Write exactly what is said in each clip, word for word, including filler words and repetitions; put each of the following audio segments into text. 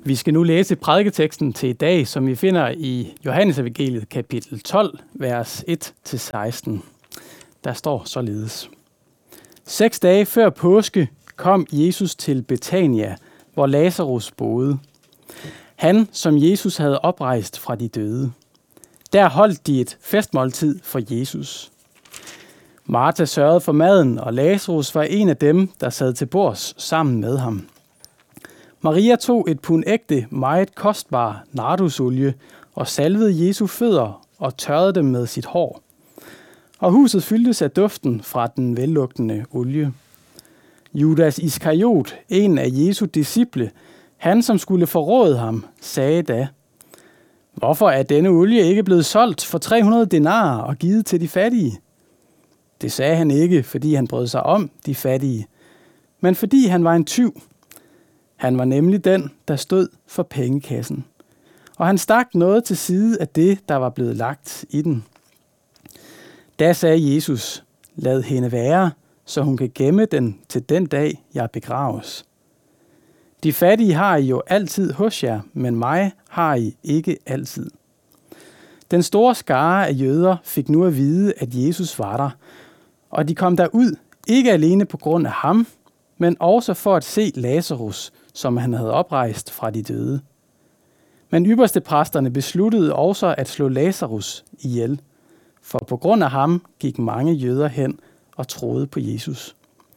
Vi skal nu læse prædiketeksten til i dag, som vi finder i Johannes evangeliet kapitel tolv, vers et til seksten. Der står således. Seks dage før påske kom Jesus til Betania, hvor Lazarus boede. Han, som Jesus havde oprejst fra de døde. Der holdt de et festmåltid for Jesus. Martha sørgede for maden, og Lazarus var en af dem, der sad til bords sammen med ham. Maria tog et pund ægte, meget kostbar nardusolie og salvede Jesu fødder og tørrede dem med sit hår. Og huset fyldtes af duften fra den vellugtende olie. Judas Iskariot, en af Jesu disciple, han som skulle forråde ham, sagde da, hvorfor er denne olie ikke blevet solgt for tre hundrede denarer og givet til de fattige? Det sagde han ikke, fordi han brød sig om de fattige, men fordi han var en tyv. Han var nemlig den, der stod for pengekassen, og han stak noget til side af det, der var blevet lagt i den. Da sagde Jesus, lad hende være, så hun kan gemme den til den dag, jeg begraves. De fattige har I jo altid hos jer, men mig har I ikke altid. Den store skare af jøder fik nu at vide, at Jesus var der, og de kom derud, ikke alene på grund af ham, men også for at se Lazarus, som han havde oprejst fra de døde. Men ypperstepræsterne besluttede også at slå Lazarus ihjel, for på grund af ham gik mange jøder hen og troede på Jesus.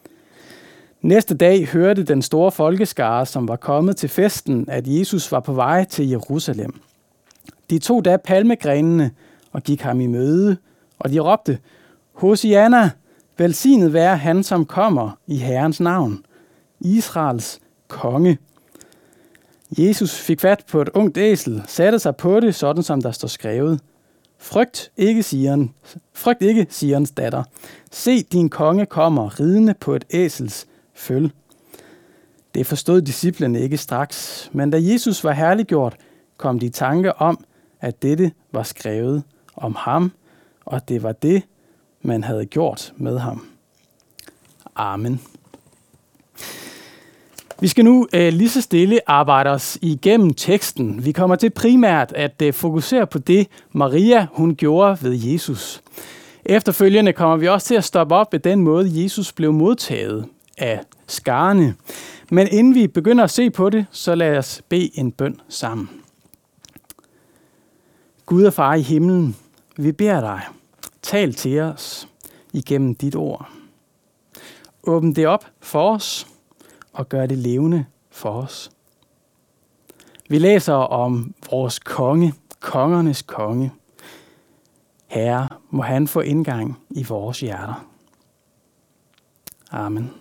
Næste dag hørte den store folkeskare, som var kommet til festen, at Jesus var på vej til Jerusalem. De tog da palmegrenene og gik ham i møde, og de råbte, Hosianna, velsignet være han, som kommer i Herrens navn, Israels konge. Jesus fik fat på et ungt æsel, satte sig på det, sådan som der står skrevet. Frygt ikke, Sion, frygt ikke, Sions datter. Se, din konge kommer ridende på et æsels føl. Det forstod disciplene ikke straks, men da Jesus var herliggjort, kom de i tanke om, at dette var skrevet om ham, og det var det, man havde gjort med ham. Amen. Vi skal nu øh, lige så stille arbejde os igennem teksten. Vi kommer til primært at øh, fokusere på det, Maria hun gjorde ved Jesus. Efterfølgende kommer vi også til at stoppe op ved den måde, Jesus blev modtaget af skarne. Men inden vi begynder at se på det, så lad os bede en bøn sammen. Gud og Far i himlen, vi beder dig, tal til os igennem dit ord. Åbn det op for os og gør det levende for os. Vi læser om vores konge, kongernes konge. Herre, må han få indgang i vores hjerter. Amen.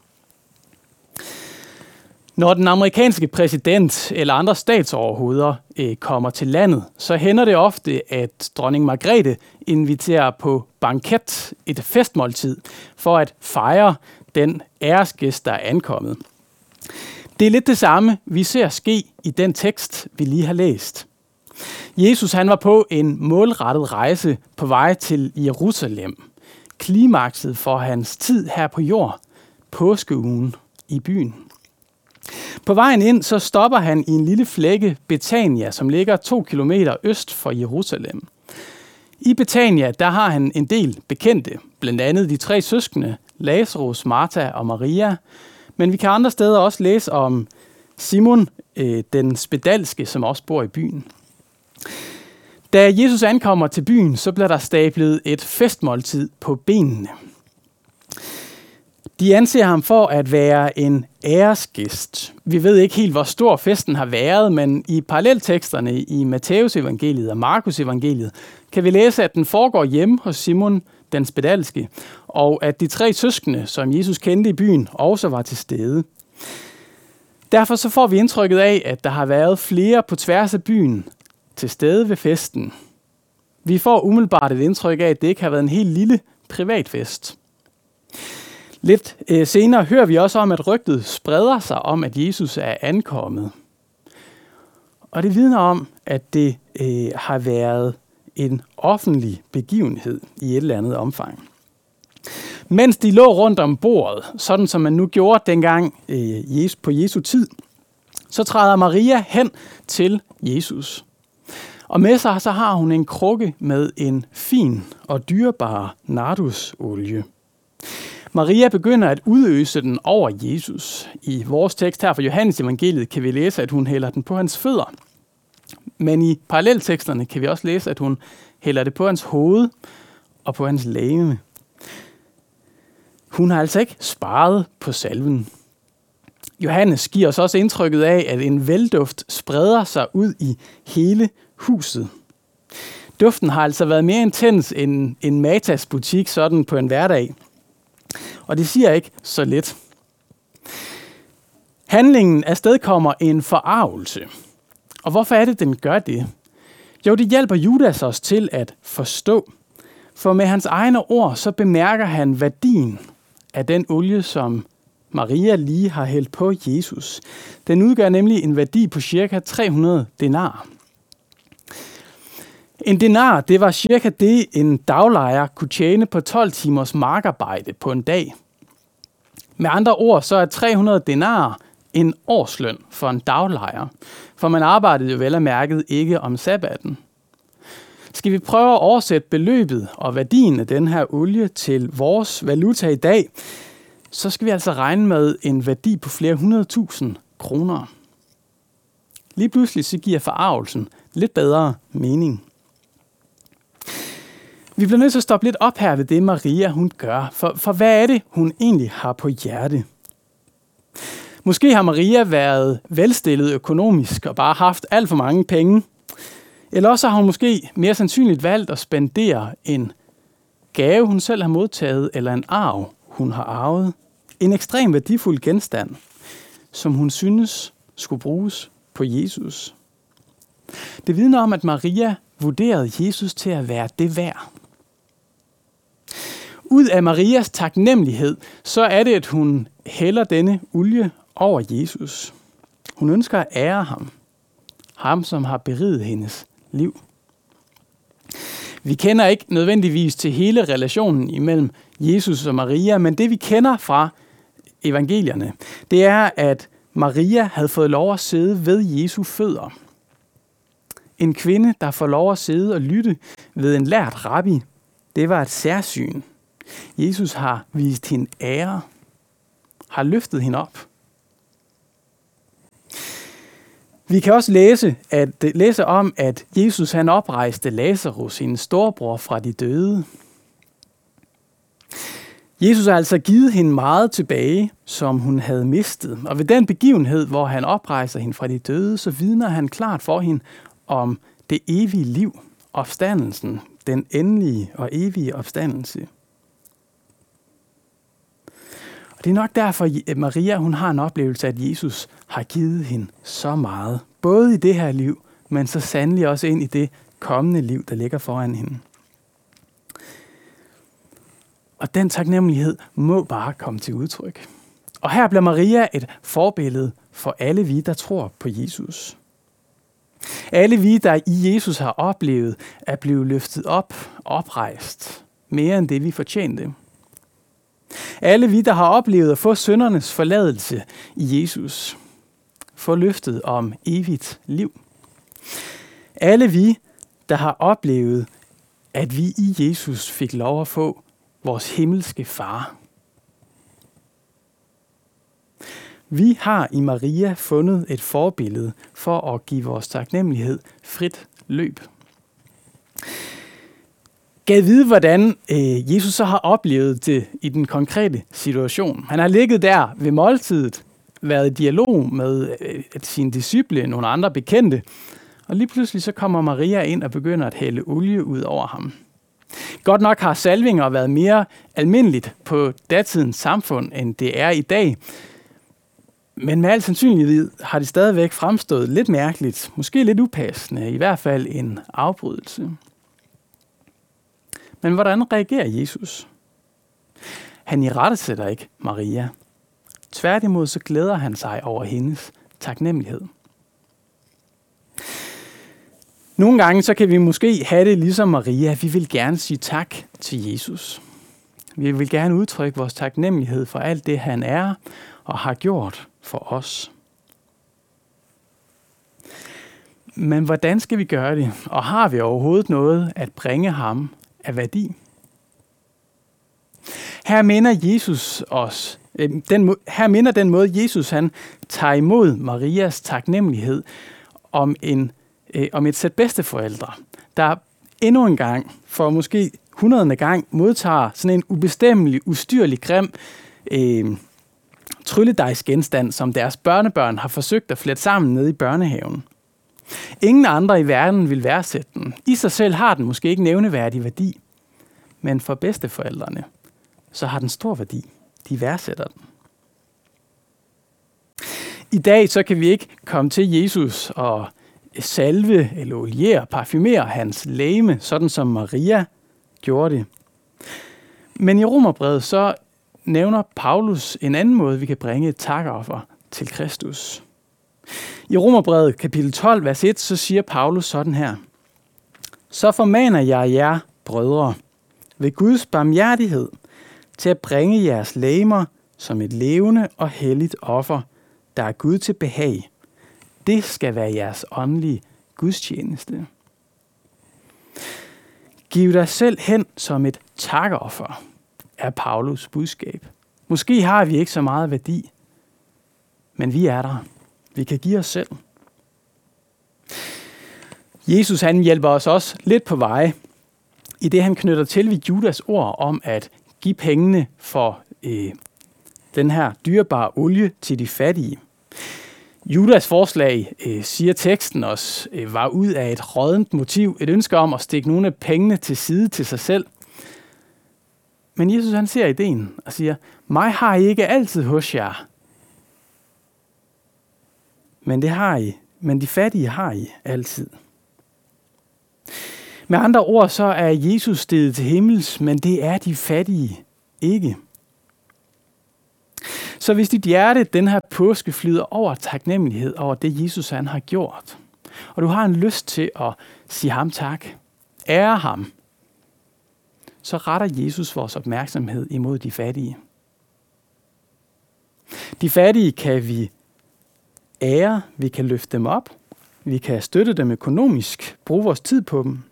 Når den amerikanske præsident eller andre statsoverhoveder øh, kommer til landet, så hænder det ofte, at dronning Margrethe inviterer på banket, et festmåltid, for at fejre den æresgæst, der er ankommet. Det er lidt det samme, vi ser ske i den tekst, vi lige har læst. Jesus han var på en målrettet rejse på vej til Jerusalem. Klimakset for hans tid her på jord, påskeugen i byen. På vejen ind så stopper han i en lille flække, Betania, som ligger to kilometer øst for Jerusalem. I Betania der har han en del bekendte, blandt andet de tre søskende, Lazarus, Martha og Maria. Men vi kan andre steder også læse om Simon, øh, den spedalske, som også bor i byen. Da Jesus ankommer til byen, så bliver der stablet et festmåltid på benene. De anser ham for at være en æresgæst. Vi ved ikke helt, hvor stor festen har været, men i parallelteksterne i Matthæus evangeliet og Markus evangeliet kan vi læse, at den foregår hjemme hos Simon den spedalske, og at de tre søskende, som Jesus kendte i byen, også var til stede. Derfor så får vi indtrykket af, at der har været flere på tværs af byen til stede ved festen. Vi får umiddelbart et indtryk af, at det ikke har været en helt lille privatfest. Lidt øh, senere hører vi også om, at rygtet spreder sig om, at Jesus er ankommet. Og det vidner om, at det øh, har været en offentlig begivenhed i et eller andet omfang. Mens de lå rundt om bordet, sådan som man nu gjorde dengang øh, på Jesu tid, så træder Maria hen til Jesus. Og med sig så har hun en krukke med en fin og dyrebar nardusolie. Maria begynder at udøse den over Jesus. I vores tekst her fra Johannes evangeliet kan vi læse, at hun hælder den på hans fødder. Men i parallelteksterne kan vi også læse, at hun hælder det på hans hoved og på hans legeme. Hun har altså ikke sparet på salven. Johannes giver os også indtrykket af, at en velduft spreder sig ud i hele huset. Duften har altså været mere intens end en Matas butik sådan på en hverdag. Og det siger ikke så lidt. Handlingen afstedkommer en forargelse. Og hvorfor er det, den gør det? Jo, det hjælper Judas os til at forstå. For med hans egne ord, så bemærker han værdien af den olie, som Maria lige har hældt på Jesus. Den udgør nemlig en værdi på cirka tre hundrede denar. En denar, det var cirka det, en daglejer kunne tjene på tolv timers markarbejde på en dag. Med andre ord, så er tre hundrede denar en årsløn for en daglejer, for man arbejdede jo vel og mærket ikke om sabbaten. Skal vi prøve at oversætte beløbet og værdien af den her olie til vores valuta i dag, så skal vi altså regne med en værdi på flere hundrede tusind kroner. Lige pludselig så giver forargelsen lidt bedre mening. Vi bliver nødt til at stoppe lidt op her ved det, Maria hun gør. For, for hvad er det, hun egentlig har på hjerte? Måske har Maria været velstillet økonomisk og bare haft alt for mange penge. Eller også har hun måske mere sandsynligt valgt at spendere en gave, hun selv har modtaget, eller en arv, hun har arvet. En ekstremt værdifuld genstand, som hun synes skulle bruges på Jesus. Det vidner om, at Maria vurderede Jesus til at være det værd. Ud af Marias taknemmelighed, så er det, at hun hælder denne olie over Jesus. Hun ønsker at ære ham. Ham, som har beriget hendes liv. Vi kender ikke nødvendigvis til hele relationen imellem Jesus og Maria, men det vi kender fra evangelierne, det er, at Maria havde fået lov at sidde ved Jesu fødder. En kvinde, der får lov at sidde og lytte ved en lært rabbi, det var et særsyn. Jesus har vist hende ære, har løftet hende op. Vi kan også læse, at, læse om, at Jesus han oprejste Lazarus, sin storebror, fra de døde. Jesus har altså givet hende meget tilbage, som hun havde mistet. Og ved den begivenhed, hvor han oprejser hende fra de døde, så vidner han klart for hende om det evige liv, opstandelsen, den endelige og evige opstandelse. Og det er nok derfor, at Maria hun har en oplevelse af, at Jesus har givet hende så meget. Både i det her liv, men så sandelig også ind i det kommende liv, der ligger foran hende. Og den taknemmelighed må bare komme til udtryk. Og her bliver Maria et forbillede for alle vi, der tror på Jesus. Alle vi, der i Jesus har oplevet at blive løftet op, oprejst, mere end det vi fortjente. Alle vi, der har oplevet at få syndernes forladelse i Jesus. Få løftet om evigt liv. Alle vi, der har oplevet, at vi i Jesus fik lov at få vores himmelske far. Vi har i Maria fundet et forbillede for at give vores taknemmelighed frit løb. Gad vide, hvordan øh, Jesus så har oplevet det i den konkrete situation. Han har ligget der ved måltidet, været i dialog med øh, sine disciple, nogle andre bekendte, og lige pludselig så kommer Maria ind og begynder at hælde olie ud over ham. Godt nok har salvinger været mere almindeligt på datidens samfund, end det er i dag. Men med al sandsynlighed har det stadigvæk fremstået lidt mærkeligt, måske lidt upassende, i hvert fald en afbrydelse. Men hvordan reagerer Jesus? Han irettesætter ikke Maria. Tværtimod så glæder han sig over hendes taknemmelighed. Nogle gange så kan vi måske have det ligesom Maria. Vi vil gerne sige tak til Jesus. Vi vil gerne udtrykke vores taknemmelighed for alt det, han er og har gjort for os. Men hvordan skal vi gøre det? Og har vi overhovedet noget at bringe ham af værdi? Her minder Jesus os, øh, den, her minder den måde, Jesus han tager imod Marias taknemmelighed om, en, øh, om et sæt bedsteforældre, der endnu en gang, for måske hundredende gang, modtager sådan en ubestemmelig, ustyrlig, grim øh, trylledejsgenstand, som deres børnebørn har forsøgt at flette sammen nede i børnehaven. Ingen andre i verden vil værdsætte den. I sig selv har den måske ikke nævneværdig værdi, men for bedsteforældrene, så har den stor værdi. De værdsætter den. I dag så kan vi ikke komme til Jesus og salve eller oliere, parfumere hans legeme, sådan som Maria gjorde det. Men i Romerbrevet så nævner Paulus en anden måde, vi kan bringe et takoffer til Kristus. I Romerbrevet kapitel tolv, vers et, så siger Paulus sådan her: Så formaner jeg jer, brødre, ved Guds barmhjertighed, til at bringe jeres legemer som et levende og helligt offer, der er Gud til behag. Det skal være jeres åndelige gudstjeneste. Giv dig selv hen som et takoffer, er Paulus budskab. Måske har vi ikke så meget værdi, men vi er der. Vi kan give os selv. Jesus han hjælper os også lidt på vej, i det han knytter til ved Judas ord om at give pengene for øh, den her dyrebare olie til de fattige. Judas forslag, øh, siger teksten også, øh, var ud af et råddent motiv, et ønske om at stikke nogle af pengene til side til sig selv. Men Jesus han ser ideen og siger, mig har I ikke altid hos jer, men det har I, men de fattige har I altid. Med andre ord så er Jesus steget til himmels, men det er de fattige ikke. Så hvis dit hjerte den her påske flyder over taknemmelighed over det, Jesus han har gjort, og du har en lyst til at sige ham tak, ære ham, så retter Jesus vores opmærksomhed imod de fattige. De fattige kan vi ære, vi kan løfte dem op, vi kan støtte dem økonomisk, bruge vores tid på dem.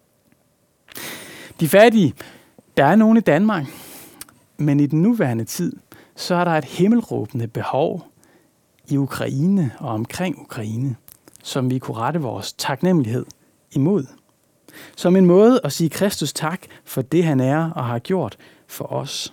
De fattige, der er nogen i Danmark, men i den nuværende tid, så er der et himmelråbende behov i Ukraine og omkring Ukraine, som vi kunne rette vores taknemmelighed imod. Som en måde at sige Kristus tak for det, han er og har gjort for os.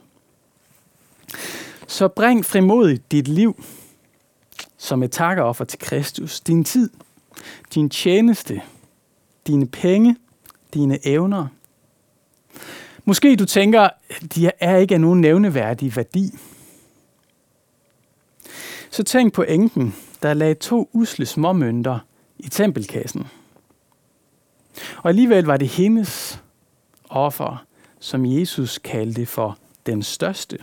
Så bring frimodigt dit liv som et takoffer til Kristus. Din tid, din tjeneste, dine penge, dine evner. Måske du tænker, de er ikke af nogen nævneværdig værdi. Så tænk på enken, der lagde to usle småmønter i tempelkassen. Og alligevel var det hendes offer, som Jesus kaldte for den største.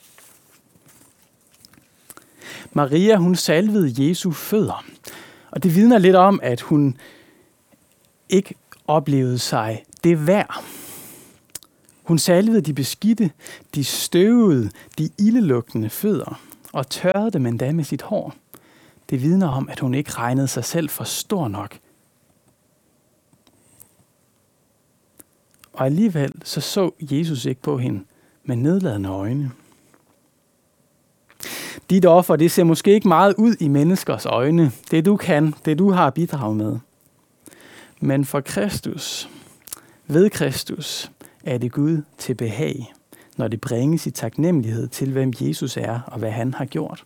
Maria, hun salvede Jesu fødder, og det vidner lidt om, at hun ikke oplevede sig det værd. Hun salvede de beskidte, de støvede, de ildelugtende fødder og tørrede dem endda med sit hår. Det vidner om, at hun ikke regnede sig selv for stor nok. Og alligevel så så Jesus ikke på hende med nedladende øjne. Dit offer, det ser måske ikke meget ud i menneskers øjne. Det du kan, det du har bidraget med. Men for Kristus, ved Kristus, er det Gud til behag, når det bringes i taknemmelighed til, hvem Jesus er og hvad han har gjort.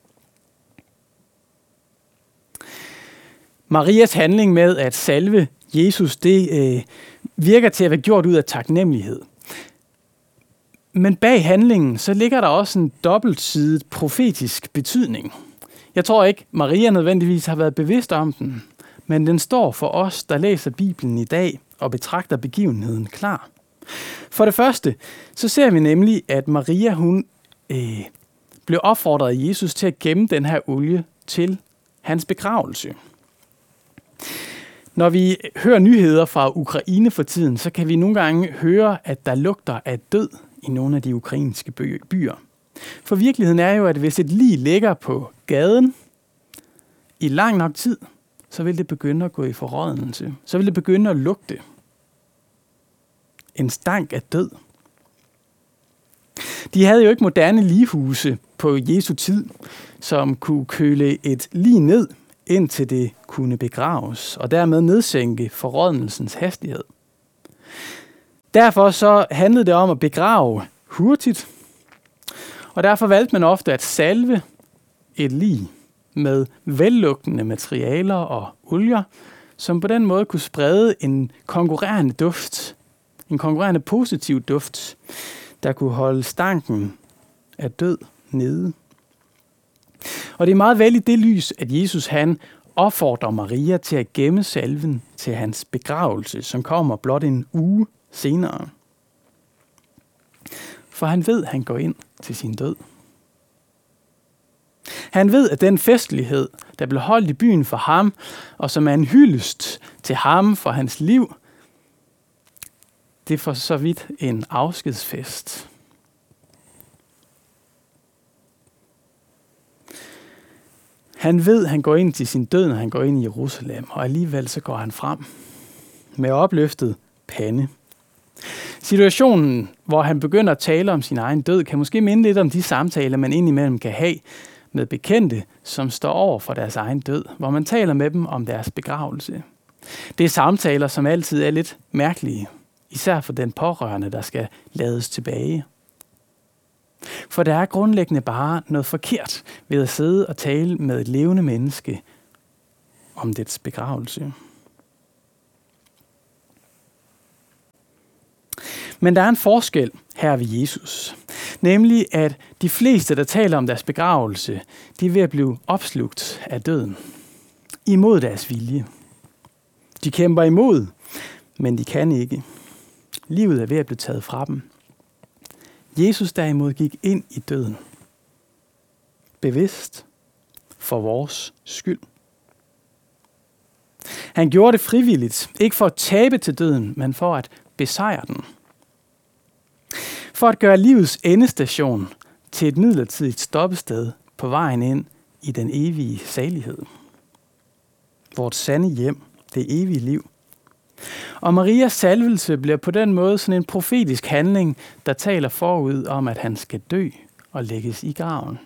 Marias handling med at salve Jesus, det øh, virker til at være gjort ud af taknemmelighed. Men bag handlingen, så ligger der også en dobbeltsidet profetisk betydning. Jeg tror ikke, Maria nødvendigvis har været bevidst om den, men den står for os, der læser Bibelen i dag og betragter begivenheden klar. For det første, så ser vi nemlig, at Maria hun øh, blev opfordret af Jesus til at gemme den her olie til hans begravelse. Når vi hører nyheder fra Ukraine for tiden, så kan vi nogle gange høre, at der lugter af død i nogle af de ukrainske byer. For virkeligheden er jo, at hvis et lig ligger på gaden i lang nok tid, så vil det begynde at gå i forrådnelse. Så vil det begynde at lugte. En stank af død. De havde jo ikke moderne lighuse på Jesu tid, som kunne køle et lig ned, indtil det kunne begraves, og dermed nedsænke forrådnelsens hastighed. Derfor så handlede det om at begrave hurtigt, og derfor valgte man ofte at salve et lig med vellugtende materialer og olier, som på den måde kunne sprede en konkurrerende duft, en konkurrerende positiv duft, der kunne holde stanken af død nede. Og det er meget vel i det lys, at Jesus han opfordrer Maria til at gemme salven til hans begravelse, som kommer blot en uge senere. For han ved, at han går ind til sin død. Han ved, at den festlighed, der blev holdt i byen for ham, og som er en hyldest til ham for hans liv, det er for så vidt en afskedsfest. Han ved, at han går ind til sin død, når han går ind i Jerusalem, og alligevel så går han frem med opløftet pande. Situationen, hvor han begynder at tale om sin egen død, kan måske minde lidt om de samtaler, man indimellem kan have med bekendte, som står over for deres egen død, hvor man taler med dem om deres begravelse. Det er samtaler, som altid er lidt mærkelige, især for den pårørende, der skal lades tilbage. For der er grundlæggende bare noget forkert ved at sidde og tale med et levende menneske om dets begravelse. Men der er en forskel her ved Jesus. Nemlig, at de fleste, der taler om deres begravelse, de er ved at blive opslugt af døden. Imod deres vilje. De kæmper imod, men de kan ikke. Livet er ved at blive taget fra dem. Jesus derimod gik ind i døden. Bevidst. For vores skyld. Han gjorde det frivilligt. Ikke for at tabe til døden, men for at besejre den. For at gøre livets endestation til et midlertidigt stoppested på vejen ind i den evige salighed. Vort sande hjem, det evige liv. Og Marias salvelse bliver på den måde sådan en profetisk handling, der taler forud om, at han skal dø og lægges i graven.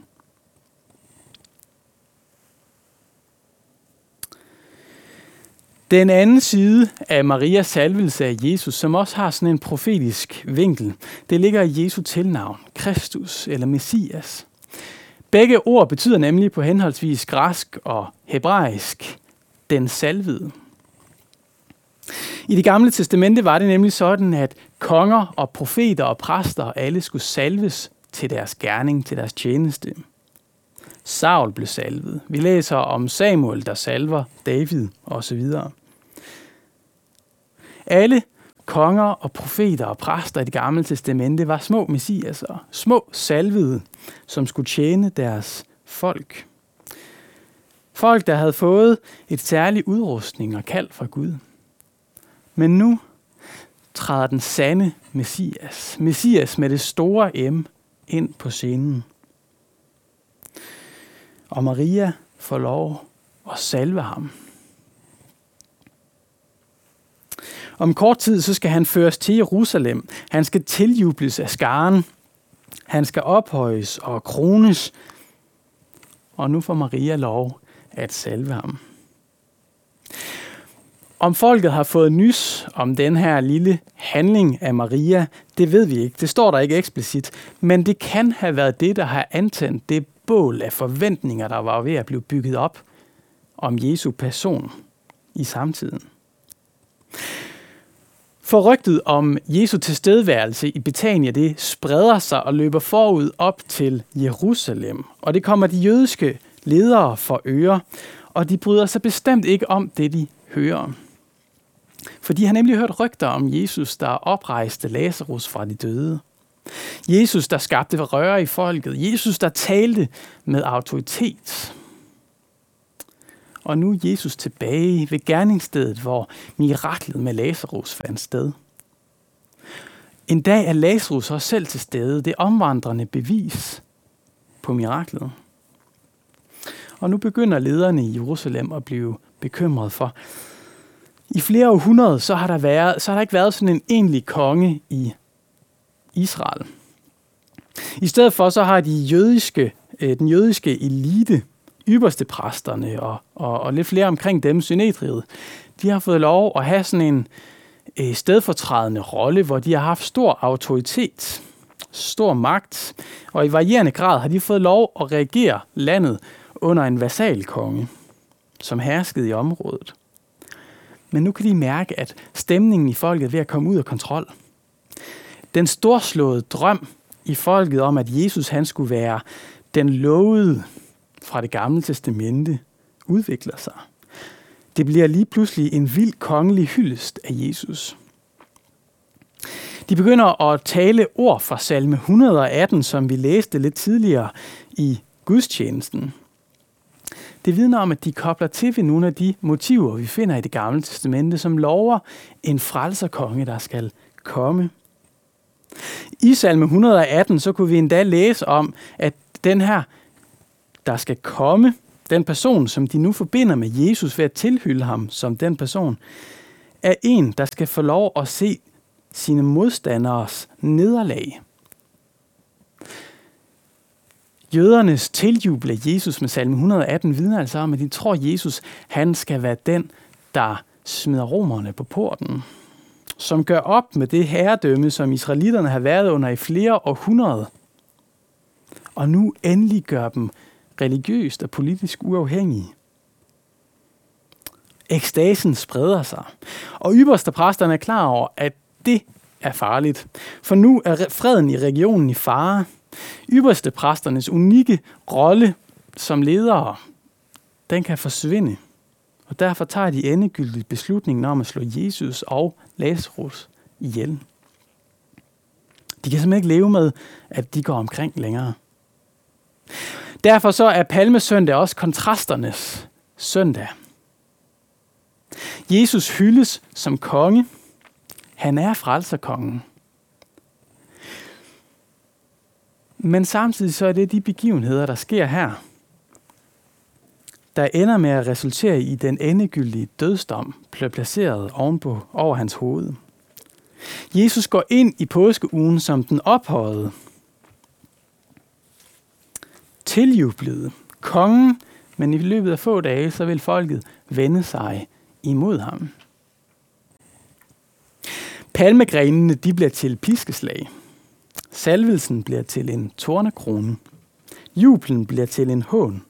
Den anden side af Marias salvelse af Jesus, som også har sådan en profetisk vinkel, det ligger i Jesu tilnavn, Kristus eller Messias. Begge ord betyder nemlig på henholdsvis græsk og hebraisk, den salvede. I det gamle testamente var det nemlig sådan, at konger og profeter og præster alle skulle salves til deres gerning, til deres tjeneste. Saul blev salvet. Vi læser om Samuel, der salver David osv. Alle konger og profeter og præster i det gamle testamente var små messiaser, små salvede, som skulle tjene deres folk. Folk, der havde fået et særligt udrustning og kald fra Gud. Men nu træder den sande Messias, Messias med det store M, ind på scenen. Og Maria får lov at salve ham. Om kort tid så skal han føres til Jerusalem. Han skal tiljubles af skaren. Han skal ophøjes og krones. Og nu får Maria lov at salve ham. Om folket har fået nys om den her lille handling af Maria, det ved vi ikke. Det står der ikke eksplicit. Men det kan have været det, der har antændt det bål af forventninger, der var ved at blive bygget op om Jesu person i samtiden. For rygtet om Jesu tilstedeværelse i Betania, det spreder sig og løber forud op til Jerusalem. Og det kommer de jødiske ledere for øre, og de bryder sig bestemt ikke om det, de hører. For de har nemlig hørt rygter om Jesus, der oprejste Lazarus fra de døde. Jesus, der skabte røre i folket. Jesus, der talte med autoritet. Og nu er Jesus tilbage ved gerningsstedet, hvor miraklet med Lazarus fandt sted. En dag er Lazarus også selv til stede, det omvandrende bevis på miraklet. Og nu begynder lederne i Jerusalem at blive bekymret for. I flere århundreder, så har der været, så har der ikke været sådan en egentlig konge i Israel. I stedet for, så har de jødiske, øh, den jødiske elite, ypperste præsterne og, og, og lidt flere omkring dem, Synedriet, de har fået lov at have sådan en øh, stedfortrædende rolle, hvor de har haft stor autoritet, stor magt, og i varierende grad har de fået lov at regere landet under en vasalkonge, som herskede i området. Men nu kan de mærke, at stemningen i folket er ved at komme ud af kontrol. Den storslåede drøm i folket om, at Jesus han skulle være den lovede fra det gamle testamente, udvikler sig. Det bliver lige pludselig en vild kongelig hyldest af Jesus. De begynder at tale ord fra salme et hundrede og atten, som vi læste lidt tidligere i gudstjenesten. Det vidner om, at de kobler til ved nogle af de motiver, vi finder i det gamle testamente, som lover en frelserkonge, der skal komme. I salme et hundrede og atten, så kunne vi endda læse om, at den her, der skal komme, den person, som de nu forbinder med Jesus ved at tilhylde ham som den person, er en, der skal få lov at se sine modstanderes nederlag. Jødernes tiljubel af Jesus med salme et hundrede og atten vidner altså om, at de tror, at Jesus han skal være den, der smider romerne på porten, som gør op med det herredømme, som israelitterne har været under i flere århundreder, og nu endelig gør dem religiøst og politisk uafhængige. Ekstasen spreder sig, og ypperste præsterne er klar over, at det er farligt, for nu er freden i regionen i fare. Ypperste præsternes unikke rolle som ledere, den kan forsvinde, og derfor tager de endegyldigt beslutningen om at slå Jesus og Lazarus ihjel. De kan simpelthen ikke leve med, at de går omkring længere. Derfor så er palmesøndag også kontrasternes søndag. Jesus hyldes som konge. Han er frelserkongen. Men samtidig så er det de begivenheder, der sker her, der ender med at resultere i den endegyldige dødsdom, bliver placeret ovenpå over hans hoved. Jesus går ind i påskeugen som den ophøjede, tiljublede kongen, men i løbet af få dage, så vil folket vende sig imod ham. Palmegrenene, de bliver til piskeslag. Salvelsen bliver til en tornekrone. Jublen bliver til en hån.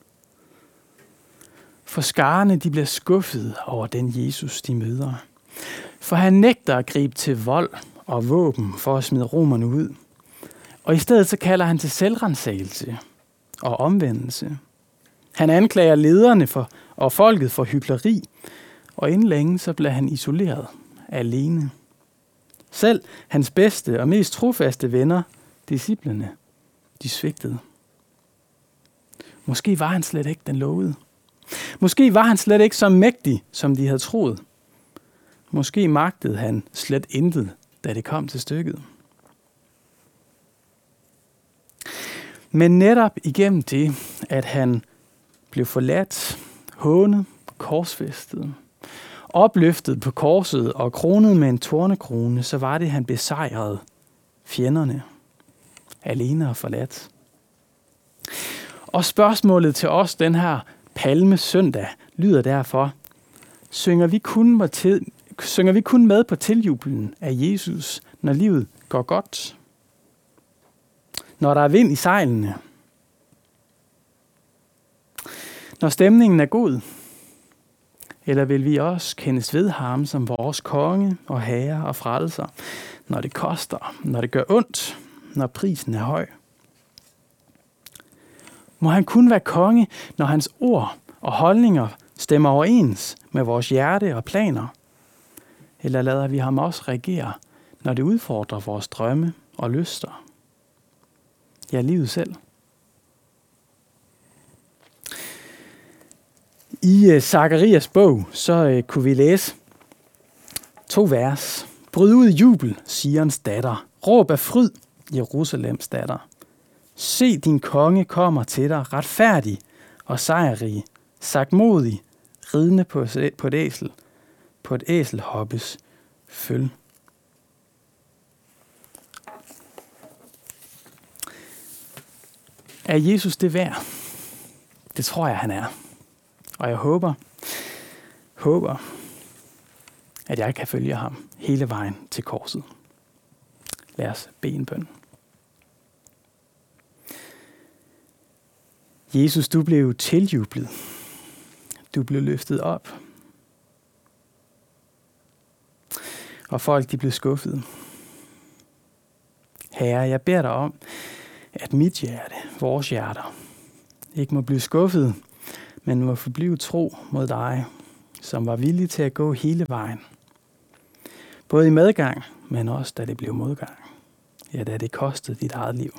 For skarne, de bliver skuffet over den Jesus, de møder. For han nægter at gribe til vold og våben for at smide romerne ud. Og i stedet så kalder han til selvransagelse og omvendelse. Han anklager lederne for, og folket for hykleri, og inden længe så bliver han isoleret, alene. Selv hans bedste og mest trofaste venner, disciplene, de svigtede. Måske var han slet ikke den lovede. Måske var han slet ikke så mægtig, som de havde troet. Måske magtede han slet intet, da det kom til stykket. Men netop igennem det, at han blev forladt, hånet, korsfæstet, opløftet på korset og kronet med en tornekrone, så var det, han besejrede fjenderne, alene og forladt. Og spørgsmålet til os den her palmesøndag lyder derfor, synger vi kun, til, synger vi kun med på tiljublen af Jesus, når livet går godt? Når der er vind i sejlene? Når stemningen er god? Eller vil vi også kendes ved ham som vores konge og herre og frelser, når det koster, når det gør ondt, når prisen er høj? Må han kun være konge, når hans ord og holdninger stemmer overens med vores hjerte og planer? Eller lader vi ham også regere, når det udfordrer vores drømme og lyster? Ja, livet selv. I uh, Zakarias bog, så uh, kunne vi læse to vers. Bryd ud i jubel, Sions datter. Råb af fryd, Jerusalems datter. Se, din konge kommer til dig, retfærdig og sejrrig, sagtmodig, ridende på, på et æsel, på et æselhoppes føl. Er Jesus det værd? Det tror jeg, han er. Og jeg håber, håber, at jeg kan følge ham hele vejen til korset. Lad os bede en bøn. Jesus, du blev tiljublet. Du blev løftet op. Og folk, de blev skuffet. Herre, jeg beder dig om, at mit hjerte, vores hjerter, ikke må blive skuffet, men må forblive tro mod dig, som var villig til at gå hele vejen. Både i medgang, men også da det blev modgang. Ja, da det kostede dit eget liv.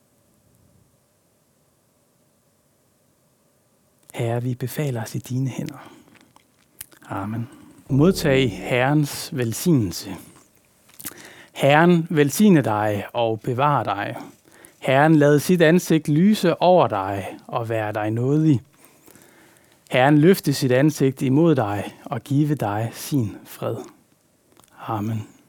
Herre, vi befaler os i dine hænder. Amen. Modtag Herrens velsignelse. Herren velsigne dig og bevare dig. Herren lad sit ansigt lyse over dig og være dig nådig. Herren løfte sit ansigt imod dig og give dig sin fred. Amen.